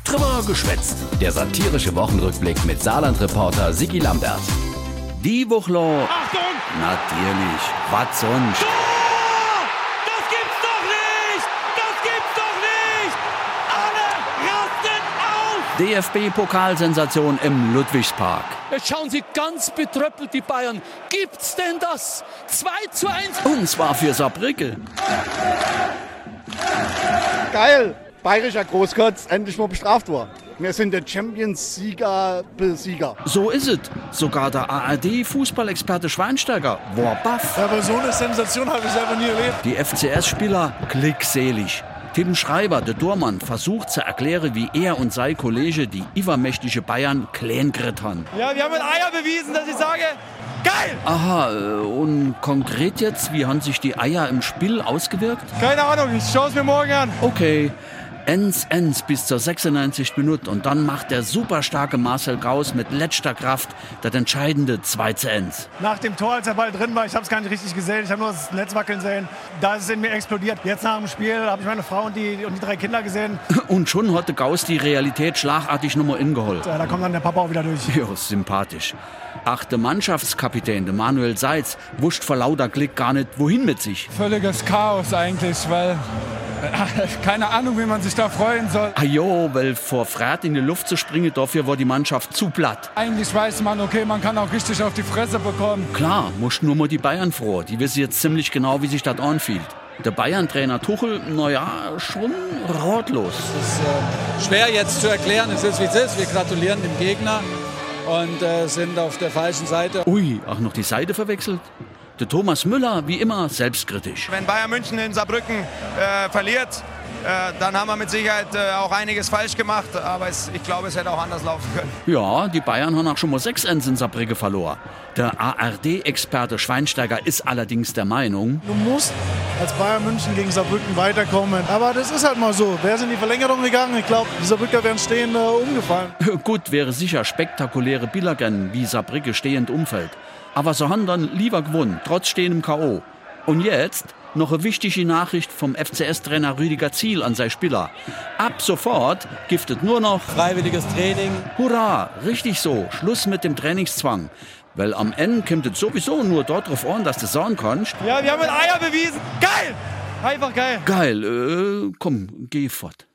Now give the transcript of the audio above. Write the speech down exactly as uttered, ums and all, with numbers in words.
Drüber geschwätzt. Der satirische Wochenrückblick mit Saarland-Reporter Sigi Lambert. Die Woche lang. Achtung! Natürlich. Was sonst? Tor! Das gibt's doch nicht! Das gibt's doch nicht! Alle rasten aus! D F B-Pokalsensation im Ludwigspark. Jetzt schauen Sie ganz betröppelt, die Bayern. Gibt's denn das? zwei zu eins. Und zwar für Saarbrücken. Geil! Bayerischer Großkotz, endlich mal bestraft worden. Wir sind der Champions-Sieger-Besieger. So ist es. Sogar der A R D-Fußballexperte Schweinsteiger war baff. Aber so eine Sensation habe ich selber nie erlebt. Die F C S-Spieler glückselig. Tim Schreiber, der Dormann, versucht zu erklären, wie er und sein Kollege die übermächtige Bayern klein gerettet haben. Ja, wir haben mit Eier bewiesen, dass ich sage, geil! Aha, äh, und konkret jetzt, wie haben sich die Eier im Spiel ausgewirkt? Keine Ahnung, ich schaue es mir morgen an. Okay, eins eins bis zur sechsundneunzigsten Minute und dann macht der superstarke Marcel Gauss mit letzter Kraft das entscheidende zwei zu eins. Nach dem Tor, als der Ball drin war, ich habe es gar nicht richtig gesehen, ich habe nur das Netz wackeln sehen, da ist es in mir explodiert. Jetzt nach dem Spiel habe ich meine Frau und die, und die drei Kinder gesehen. Und schon hatte Gauss die Realität schlagartig nochmal ingeholt. Ja, da kommt dann der Papa auch wieder durch. Ja, sympathisch. Ach, der Mannschaftskapitän, der Manuel Seitz, wuscht vor lauter Glück gar nicht, wohin mit sich. Völliges Chaos eigentlich, weil keine Ahnung, wie man sich da freuen soll. Ah jo, weil vor Fred in die Luft zu springen, dafür war die Mannschaft zu platt. Eigentlich weiß man, okay, man kann auch richtig auf die Fresse bekommen. Klar, musst nur mal die Bayern froh. Die wissen jetzt ziemlich genau, wie sich das anfühlt. Der Bayern-Trainer Tuchel, naja, schon ratlos. Es ist äh, schwer jetzt zu erklären, es ist wie es ist. Wir gratulieren dem Gegner und äh, sind auf der falschen Seite. Ui, ach, noch die Seite verwechselt? Der Thomas Müller, wie immer, selbstkritisch. Wenn Bayern München in Saarbrücken äh, verliert, äh, dann haben wir mit Sicherheit äh, auch einiges falsch gemacht. Aber es, ich glaube, es hätte auch anders laufen können. Ja, die Bayern haben auch schon mal sechs eins in Saarbrücken verloren. Der A R D-Experte Schweinsteiger ist allerdings der Meinung, Du musst als Bayern München gegen Saarbrücken weiterkommen. Aber das ist halt mal so. Wer ist in die Verlängerung gegangen? Ich glaube, die Saarbrücker wären stehend äh, umgefallen. gut, wäre sicher spektakuläre Bilder gern, wie Saarbrücken stehend umfällt. Aber so haben dann lieber gewonnen, trotz stehendem K O. Und jetzt noch eine wichtige Nachricht vom F C S-Trainer Rüdiger Ziel an seine Spieler. Ab sofort giftet nur noch Freiwilliges Training. Hurra, richtig so, Schluss mit dem Trainingszwang. Weil am Ende kommt es sowieso nur dort drauf an, dass du sagen kannst. Ja, wir haben mit Eier bewiesen, geil! Einfach geil. Geil, äh, komm, geh fort.